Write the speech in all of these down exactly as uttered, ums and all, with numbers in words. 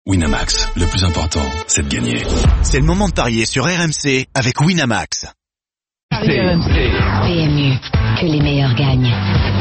Winamax, le plus important, c'est de gagner. C'est le moment de parier sur R M C avec Winamax. P M U, que les meilleurs gagnent.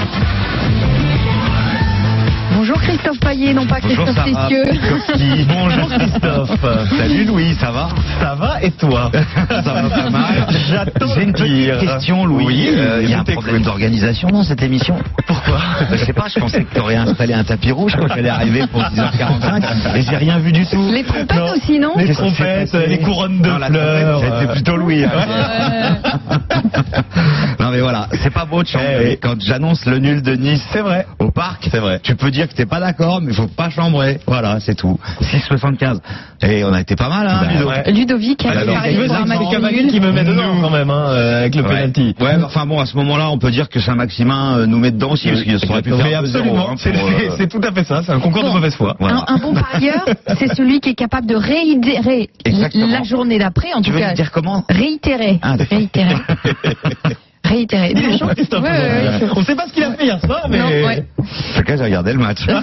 Bonjour Christophe Payet, non pas Bonjour Christophe Sarah, Cessieux. Bonjour Christophe. Salut Louis, ça va? Ça va et toi? Ça va pas mal. J'attends. J'ai une petite question Louis. Oui, euh, il y a un problème d'organisation dans cette émission. Pourquoi? Je sais pas, je pensais que tu aurais installé un tapis rouge quand j'allais arriver pour dix heures quarante-cinq et j'ai rien vu du tout. Les trompettes non. aussi, non? Les trompettes, les couronnes de non, fleurs. C'était plutôt Louis. Hein. Ouais. Non mais voilà, c'est pas beau de chambrer. Eh, quand j'annonce le nul de Nice, c'est vrai, au parc, c'est vrai. Tu peux dire que t'es pas d'accord, mais il faut pas chambrer. Voilà, c'est tout. six soixante-quinze. Et on a été pas mal, hein, bah, Ludovic. Ouais. Ludovic, alors, alors, c'est Cavani qui me met dedans quand même, hein, euh, avec le ouais. penalty. Ouais, mais enfin bon, à ce moment-là, on peut dire que Saint-Maximin euh, nous met dedans aussi, parce qu'il aurait pu faire absolument. Hein, c'est, pour, euh... c'est tout à fait ça. C'est un concours bon. de mauvaise foi. Voilà. Un, un bon parieur, c'est celui qui est capable de réitérer la journée d'après, en tu tout veux cas. Dire comment? Réitérer. Ah, réitérer. Réitérer. Ouais, ouais, ouais. On ne sait pas ce qu'il a fait hier soir, mais. Non, ouais. C'est que j'ai regardé le match. Donc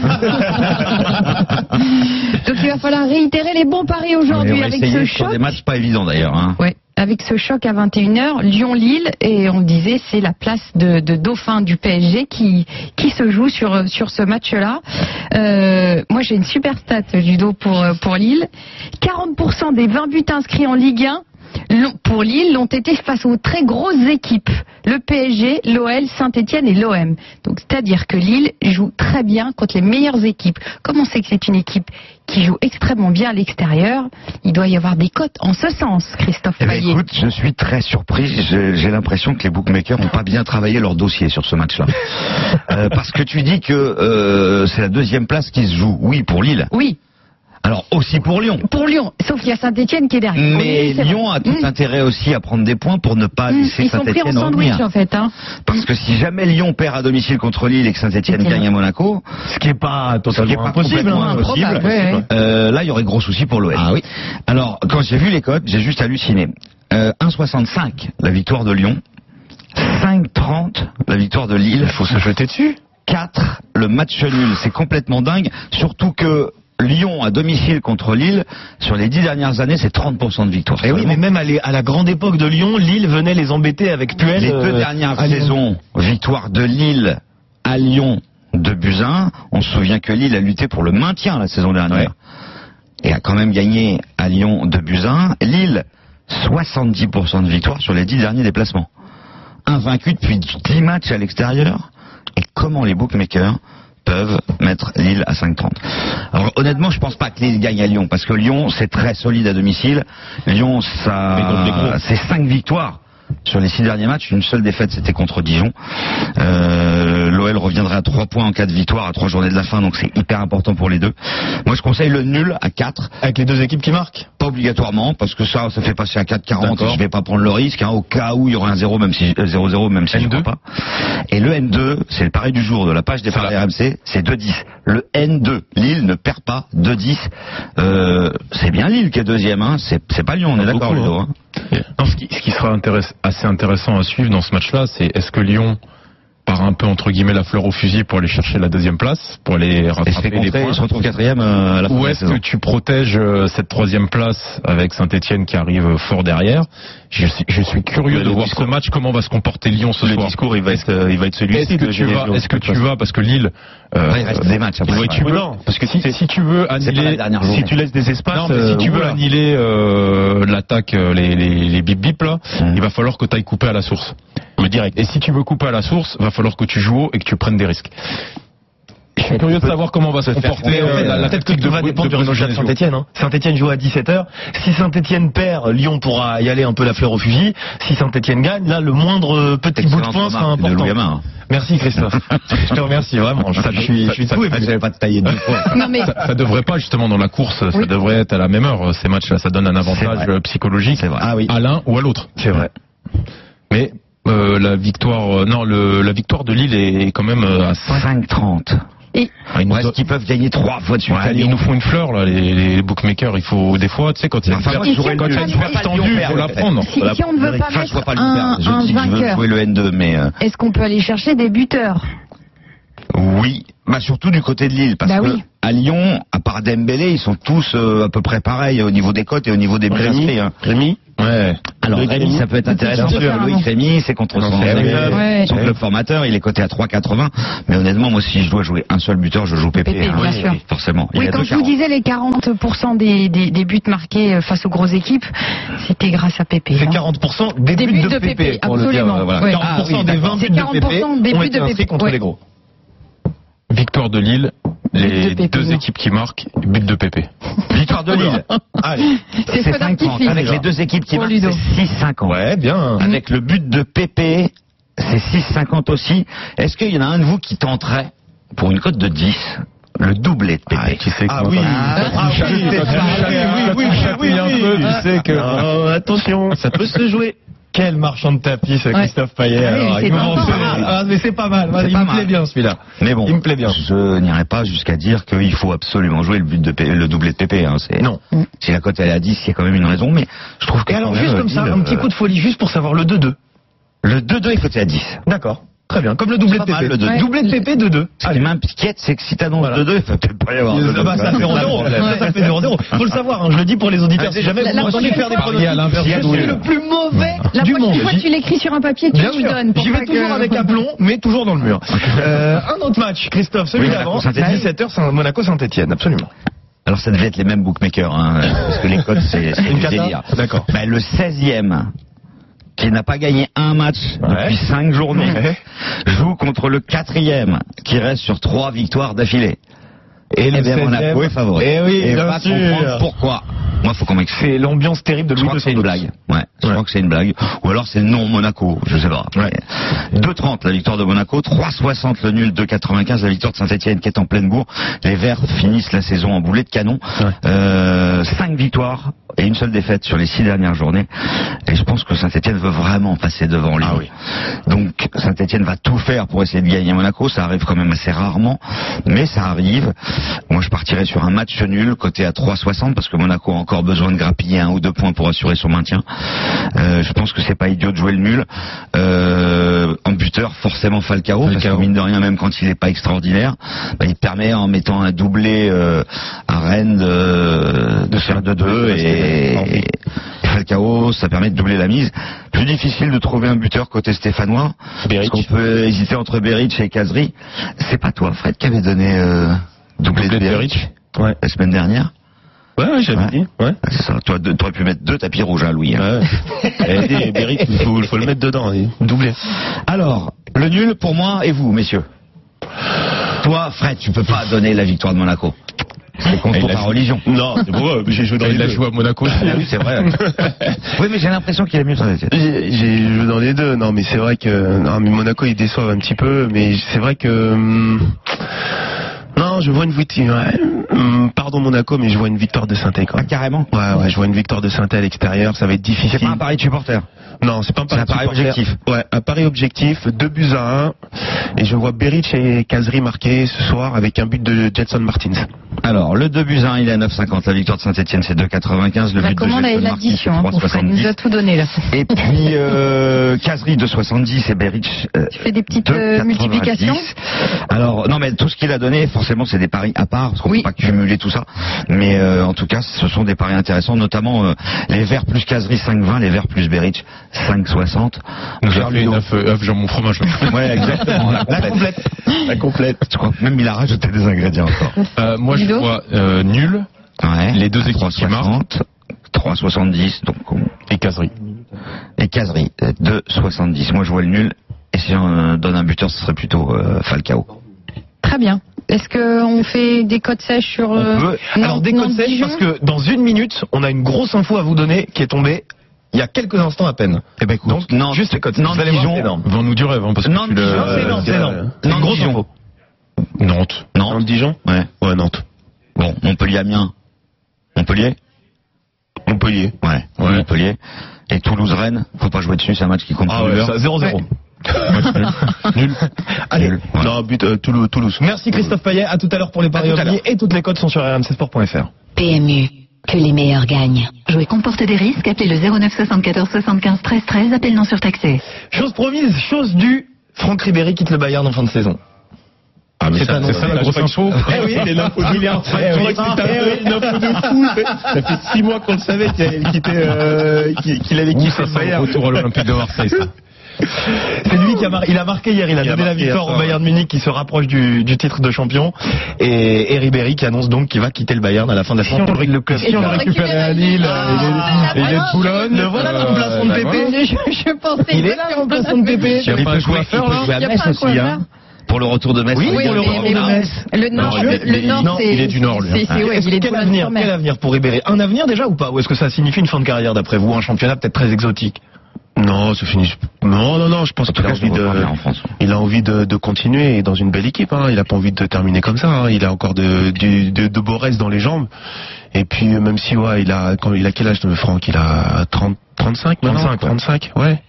il va falloir réitérer les bons paris aujourd'hui avec ce choc. Sur des matchs pas évidents d'ailleurs. Hein. Ouais. Avec ce choc à vingt et une heures, Lyon-Lille, et on disait c'est la place de, de dauphin du P S G qui, qui se joue sur, sur ce match-là. Euh, moi j'ai une super stat, Ludo, pour, pour Lille. quarante pour cent des vingt buts inscrits en Ligue un pour Lille l'ont été face aux très grosses équipes, le P S G, l'O L, Saint-Etienne et l'O M. Donc c'est-à-dire que Lille joue très bien contre les meilleures équipes. Comme on sait que c'est une équipe qui joue extrêmement bien à l'extérieur, il doit y avoir des cotes en ce sens, Christophe Payet. Eh ben, écoute, je suis très surpris. J'ai, j'ai l'impression que les bookmakers n'ont pas bien travaillé leur dossier sur ce match-là. euh, parce que tu dis que euh, c'est la deuxième place qui se joue. Oui, pour Lille. Oui. Alors aussi pour Lyon. Pour Lyon, sauf qu'il y a Saint-Etienne qui est derrière. Mais oui, Lyon a tout mmh. intérêt aussi à prendre des points pour ne pas mmh. laisser Saint-Etienne Ils sont pris en sandwich revenir. en fait. Hein. Parce que si jamais Lyon perd à domicile contre Lille et que Saint-Etienne gagne à Monaco, ce qui n'est pas totalement pas impossible, hein, impossible ouais, ouais. Euh, là il y aurait gros souci pour l'O L. Ah oui. Alors quand j'ai vu les cotes, j'ai juste halluciné. Euh, un virgule soixante-cinq la victoire de Lyon, cinq virgule trente la victoire de Lille. Il faut se jeter dessus. quatre le match nul, c'est complètement dingue. Surtout que Lyon à domicile contre Lille, sur les dix dernières années, c'est trente pour cent de victoire. Et oui, mais même à, les, à la grande époque de Lyon, Lille venait les embêter avec Puel. Les deux euh, dernières saisons, victoire de Lille à Lyon de Buzyn. On se souvient que Lille a lutté pour le maintien la saison dernière. Ouais. Et a quand même gagné à Lyon de Buzyn. Lille, soixante-dix pour cent de victoire sur les dix derniers déplacements. Invaincu depuis dix matchs à l'extérieur. Et comment les bookmakers peuvent mettre Lille à cinq trente. Alors honnêtement, je pense pas que Lille gagne à Lyon, parce que Lyon c'est très solide à domicile. Lyon, ça, c'est cinq victoires sur les six derniers matchs. Une seule défaite, c'était contre Dijon. Euh, L'O L reviendrait à trois points en cas de victoire à trois journées de la fin, donc c'est hyper important pour les deux. Moi, je conseille le nul à quatre. Avec les deux équipes qui marquent? Pas obligatoirement, parce que ça, ça fait passer à quatre quarante. Je vais pas prendre le risque, hein, au cas où il y aurait un zéro, même si zéro zéro, même si je ne crois pas. Et le N deux, c'est le pari du jour de la page des paris R M C, c'est deux dix. Le N deux, Lille ne perd pas, deux dix. Euh, c'est bien Lille qui est deuxième, hein. C'est, c'est pas Lyon, on est d'accord, Ludo, hein. Non, ce qui, ce qui sera intéress- assez intéressant à suivre dans ce match-là, c'est est-ce que Lyon part un peu entre guillemets la fleur au fusil pour aller chercher la deuxième place, pour aller rattraper les points. Il se retrouve quatrième euh, à la fin. Ou est-ce que tu protèges euh, cette troisième place avec Saint-Etienne qui arrive fort derrière? Je suis, je suis curieux de voir discours. ce match, comment va se comporter Lyon ce le soir. Le discours, il va être, euh, il va être celui-ci. Est-ce que tu vas, est-ce que tu vas, parce que Lille, euh, ouais, il reste des matchs après. Ouais, tu veux, non, parce que si, si tu veux annihiler, si tu laisses des espaces, non, mais si tu veux euh, annihiler euh, l'attaque, les, les, les bip bip là, mmh. il va falloir que tu ailles couper à la source. Le direct. Et si tu veux couper à la source, va falloir que tu joues haut et que tu prennes des risques. Je suis curieux de savoir comment va se comporter euh, la, la tête que de va dépendre du résultat de Saint-Etienne. Hein. Saint-Etienne joue à dix-sept heures. Si Saint-Etienne perd, Lyon pourra y aller un peu la fleur au fusil. Si Saint-Etienne gagne, là, le moindre petit Excellent bout de point sera important. Gamin, hein. Merci Christophe. Je te remercie vraiment. Je, je suis, je suis tout et je vais pas te tailler deux fois. Non, mais... ça, ça devrait pas justement dans la course. Oui. Ça devrait être à la même heure. Ces matchs-là, ça donne un avantage psychologique ah, oui. à l'un ou à l'autre. C'est vrai. Mais euh, la victoire, euh, non, le, la victoire de Lille est quand même euh, à cinq trente. Et ah, ils est-ce qu'ils peuvent gagner trois fois de suite? Ouais, ils nous font une fleur là, les, les bookmakers. Il faut des fois, tu sais, quand il y a une enfin, perte tendue, il faut la prendre. Si, si on ne veut pas mettre pas un, je un dis vainqueur, que je veux jouer le N deux, mais euh... est-ce qu'on peut aller chercher des buteurs? Oui, bah surtout du côté de Lille, parce bah que oui. à Lyon, à part Dembélé, ils sont tous euh, à peu près pareils au niveau des cotes et au niveau des buts inscrits. Hein. Rémi ouais. Alors Rémi, Rémi, ça peut être intéressant. sûr, Loïc Rémi, c'est contre son, ouais, club, ouais. son club formateur, il est coté à trois quatre-vingts. Mais honnêtement, moi, si je dois jouer un seul buteur, je joue Pépé. Pépé, hein, bien oui, sûr. Forcément. Il Oui, a quand deux je vous quarante. disais les quarante pour cent des, des, des buts marqués face aux grosses équipes, c'était grâce à Pépé. C'est hein. quarante pour cent des, Des buts de, de Pépé, Pépé, pour le dire. absolument. Voilà. Ouais. quarante pour cent Ah, oui, des d'accord. vingt C'est buts de quarante pour cent Pépé des ont buts été de inscrits Pépé. contre Ouais. les gros. Victoire de Lille, les de Pépé, deux non. équipes qui marquent, but de Pépé. Victoire de Lille. Allez. C'est C'est Fred cinq trente. Artifice. Avec les deux équipes qui Pour marquent, Ludo. c'est six cinquante. Ouais, bien. Avec le but de Pépé, c'est six cinquante aussi. Est-ce qu'il y en a un de vous qui tenterait, pour une cote de dix, le doublé de Pépé? Ah, tu sais que Ah moi, oui. quand- Ah, quand tu oui, chatouilles- oui, quand tu oui, chatouilles un oui, peu, oui, tu oui, chatouilles oui, un oui. peu, tu sais que. Oh, attention, ça peut se jouer. Quel marchand de tapis, ce Ouais. Christophe Payet. Ah oui, alors, c'est il tentant. commence- Ah, mais c'est pas mal. C'est Il pas me mal. plaît bien celui-là. Mais bon, Il me plaît bien. je n'irai pas jusqu'à dire qu'il faut absolument jouer le but de Pépé, le doublé de Pépé. Hein, c'est... Non. Si la cote elle est à dix, il y a quand même une raison, mais je trouve que Et alors, quand juste même, comme ça, Lille, un petit euh, coup de folie, juste pour savoir le deux deux. Le deux deux est coté à dix. D'accord. Très bien. Comme le doublé de C'est pas Pépé. mal, le deux deux. Ouais. Doublé de Pépé deux deux. Ce qui m'inquiète, c'est que si t'annonces Voilà. deux deux, il faut peut-être pas y avoir deux deux. Bah, ça fait zéro zéro. Ça, ça fait zéro zéro. Faut le savoir, hein, je le dis pour les auditeurs. Si jamais La- vous la m'entendez prochaine faire des fois- pronostics, à l'inverse je de suis Louis. le plus mauvais La du prochaine monde. fois, tu l'écris sur un papier, tu Bien lui sûr, donnes. pour j'y pas vais toujours que- avec un plomb, mais toujours dans le mur. Euh, un autre match, Christophe, celui Oui, d'avant, Monaco-Saint-Étienne. dix-sept heures, c'est Monaco-Saint-Etienne, absolument. Alors ça devait être les mêmes bookmakers, hein, parce que les cotes c'est, c'est Une du cata. délire. D'accord. Ben, le seizième, qui n'a pas gagné un match Ouais. depuis cinq journées, Ouais. joue contre le quatrième, qui reste sur trois victoires d'affilée. Et le Eh bien, seizième, Monaco est favori. Eh oui, Et bien va sûr. comprendre pourquoi. Moi, faut qu'on m'explique. C'est l'ambiance terrible de Je Louis crois de que c'est une blague. Ouais, je Ouais. crois que c'est une blague. Ou alors c'est le nom Monaco, je sais pas. Ouais. deux trente la victoire de Monaco, trois soixante le nul, deux quatre-vingt-quinze la victoire de Saint-Etienne qui est en pleine bourre. Les Verts finissent la saison en boulet de canon. Ouais. Euh, cinq victoires et une seule défaite sur les six dernières journées. Et je pense que Saint-Etienne veut vraiment passer devant lui. Ah oui. Donc Saint-Etienne va tout faire pour essayer de gagner Monaco. Ça arrive quand même assez rarement, mais ça arrive. Moi, je partirais sur un match nul, coté à trois soixante, parce que Monaco a encore besoin de grappiller un ou deux points pour assurer son maintien. Euh, je pense que c'est pas idiot de jouer le nul. Euh, en buteur, forcément Falcao, parce que mine de rien, même quand il est pas extraordinaire, bah, il permet en mettant un doublé euh, à Rennes de, de faire deux deux et, et Falcao, ça permet de doubler la mise. Plus difficile de trouver un buteur côté stéphanois, Beric. parce qu'on peut hésiter entre Beric et Kazri. C'est pas toi, Fred, qui avait donné euh, doublé, Doublé de de Beric, Ouais. la semaine dernière. Ouais, ouais, j'avais Ouais. dit. Ouais. Ah, c'est ça. Toi, deux- t'aurais pu mettre deux tapis rouges à Louis. Hein. Et Beric, il faut, faut le mettre dedans. il- Doublé. Alors, le nul pour moi et vous, messieurs. Toi, Fred, tu peux pas donner la victoire de Monaco. C'est contre Il a ta joué- religion. Non, c'est pour eux, j'ai joué dans les Il a deux. joué à Monaco. Ah oui, c'est vrai. Oui, mais j'ai l'impression qu'il est mieux sur les têtes. J'ai j'ai joué dans les deux, non mais c'est vrai que non mais Monaco ils déçoivent un petit peu, mais c'est vrai que hum, non je vois une victoire, ouais, hum, pardon Monaco, mais je vois une victoire de Saint-Étienne quand Ah, même. carrément. Ouais ouais, je vois une victoire de Saint-Étienne à l'extérieur, ça va être difficile. C'est pas un pari de supporter. Non, c'est pas un C'est pari, un pari supporter. objectif. Ouais, un pari objectif, deux buts à un, et je vois Beric et Kazri marquer ce soir avec un but de Jetson Martins. Alors, le deux buts à un, il est à neuf cinquante. La victoire de Saint-Etienne, c'est deux quatre-vingt-quinze. Le La but de commande et Jetson Martins, c'est l'addition, hein, trois pour Fred. Il nous a soixante-dix. tout donné, là. Et puis, euh, Kazri, deux soixante-dix et Beric, euh, Tu fais des petites deux euh, quatre-vingt-dix. multiplications. Alors, non, mais tout ce qu'il a donné, forcément, c'est des paris à part, parce qu'on Oui. peut pas cumuler tout ça. Mais euh, en tout cas, ce sont des paris intéressants, notamment euh, les Verts plus Kazri cinq vingt, les Verts plus Beric cinq soixante. Donc j'ai Vers fait une Ludo. œuf, œuf jambon fromage. Ouais, exactement. La La complète. complète. La complète. Je crois que même il a rajouté des ingrédients encore. Euh, moi, je Ludo vois euh, nul Ouais. Les deux À équipes qui trois soixante, trois soixante-dix, donc on- et Kazri. et Kazri euh, deux soixante-dix. Moi, je vois le nul. Et si on euh, donne un buteur, ce serait plutôt euh, Falcao. Très bien. Est-ce qu'on fait des codes sèches sur... On euh, peut. Nantes- Alors des codes sèches Nantes-Dijon parce que dans une minute, on a une grosse info à vous donner qui est tombée il y a quelques instants à peine. Eh ben écoute, Donc Nantes- juste les codes sèches. Nantes- Vous allez voir, Dijon. c'est énorme. Vends-nous du rêve, hein, parce que Nantes- tu le- Dijon, Non, c'est énorme, c'est énorme. C'est une Nantes- grosse Dijon. info. Nantes. Nantes. Dijon. Ouais. Ouais, Nantes. Bon, Montpellier, Amiens. Montpellier. Montpellier. Ouais. Ouais. Montpellier. Et Toulouse-Rennes. Faut pas jouer dessus, c'est un match qui compte Ah pour ouais, l'heure. ça, zéro zéro. Nul. Allez. Nul. Ouais. Non, but euh, Toulouse. Toulouse. Merci Christophe Payet, à tout à l'heure pour les paris À tout à oubliés et toutes les codes sont sur r m c sport point f r. P M U, que les meilleurs gagnent. Jouer comporte des risques. Appelez le zéro neuf soixante-quatorze soixante-quinze treize treize. Appel non surtaxé. Chose promise, chose due, Franck Ribéry quitte le Bayern en fin de saison. Ah, mais c'est ça, pas C'est ça la grosse info. Eh oui, C'est l'info de il est en train Eh oui, de c'est une info de fou. Ça fait six mois qu'on le savait qu'il était, euh, qu'il qu'il avait quitté le Bayern. Retour à l'Olympique de Marseille, ça. C'est lui qui a, mar... il a marqué hier, il a Il a donné la marqué victoire hier, au Bayern de Munich qui se rapproche du, du titre de champion et, et Ribéry qui annonce donc qu'il va quitter le Bayern à la fin de la saison. Le club, si on le récupérait à Lille, Ah, il est, il est de Boulogne. Le voilà le remplaçant de Euh, bah, Pépé. Je, je pensais. Il est le remplaçant de Pépé. Il y a pas un coup à faire, là. Il y a pas un coup à faire. Pour le retour de Metz. Oui, Oui, pour le mais- retour mais- de Metz. Le Nord, Non, le, il est- le Nord, non, c'est. il est du Nord, lui, hein. c'est- c'est- ouais, Est-ce- il est de quel Boulogne avenir, sur Mer. quel avenir pour Ribéry? Un avenir déjà ou pas? Ou est-ce que ça signifie une fin de carrière d'après vous? Un championnat peut-être très exotique? Non, ça finit. Non, non, non, je pense En tout qu'il a cas, je envie le vois pas de, bien en France. il a envie de, de continuer dans une belle équipe. Hein. Il a pas envie de terminer comme ça. Hein. Il a encore de, du- de, de beaux restes dans les jambes. Et puis même si ouais, il a, quand il a quel âge, Franck? Il a trente, trente-cinq maintenant. trente-cinq, ouais. trente-cinq, ouais.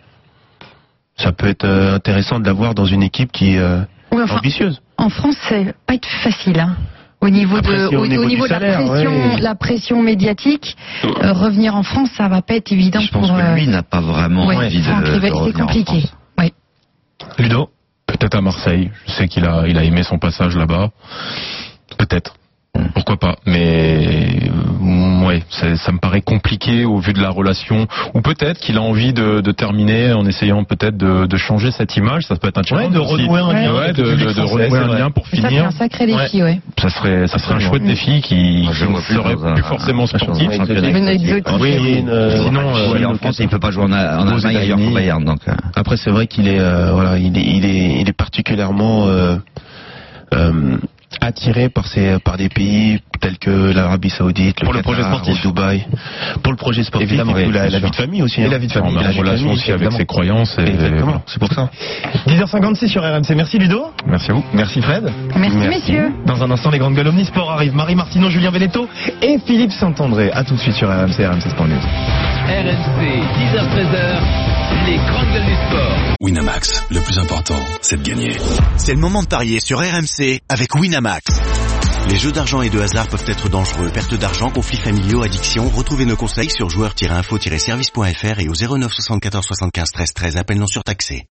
Ça peut être euh, intéressant de l'avoir dans une équipe qui est euh, Oui, enfin, ambitieuse. en France, c'est pas être facile. Hein. Au niveau Après, de, c'est au au, niveau au du niveau de la salaire, pression, ouais. la pression médiatique, euh, revenir en France, ça va pas être évident Je pense pour. que lui euh, n'a pas vraiment ouais, envie de, Franck de Ribéry, c'est revenir en compliqué. France. Oui. Ludo? Peut-être à Marseille. Je sais qu'il a, il a aimé son passage là-bas. Peut-être. Pourquoi pas. Mais euh, ouais, c'est- ça me paraît compliqué au vu de la relation. Ou peut-être qu'il a envie de, de terminer en essayant peut-être de, de changer cette image. Ça peut être un challenge. Ouais, de aussi. renouer un lien Ouais, avec de, le de, public de français, renouer c'est un vrai. lien pour Ça, c'est finir. un sacré défi, ouais. Ça serait, ça serait un chouette défi qui, Moi, je qui vois plus serait dans un- plus forcément un sportif. championnat Une exotique. exotique. Oui, oui. euh, Sinon, euh, Il est en France et il peut pas jouer en, A- en aux Allemagne ailleurs qu'au États-Unis. Bayern. Donc, euh, Après, c'est vrai qu'il est, euh, voilà, il est, il est, il est particulièrement euh, euh, attiré par ces, par des pays tels que l'Arabie Saoudite, le Pour le Qatar, projet sportif. ou Dubaï, pour le projet sportif, Évidemment, et puis oui, la, bien la sûr. vie de famille aussi. Et hein. la vie de famille. On a la une vie de relation famille, aussi avec évidemment. ses croyances. Et Exactement, c'est pour ça. dix heures cinquante-six sur R M C. Merci Ludo. Merci à vous. Merci Fred. Merci, Merci. messieurs. Dans un instant, les grandes gueules Omnisport arrivent. Marie Martineau, Julien Belletto et Philippe Saint-André. À tout de suite sur R M C, R M C Sport News. R M C, dix heures treize, les grandes gueules du sport. Winamax, le plus important, c'est de gagner. C'est le moment de parier sur R M C avec Winamax. Les jeux d'argent et de hasard peuvent être dangereux. Perte d'argent, conflits familiaux, addiction. Retrouvez nos conseils sur joueurs tiret info tiret service point f r et au zéro neuf soixante-quatorze soixante-quinze treize treize. Appel non surtaxé.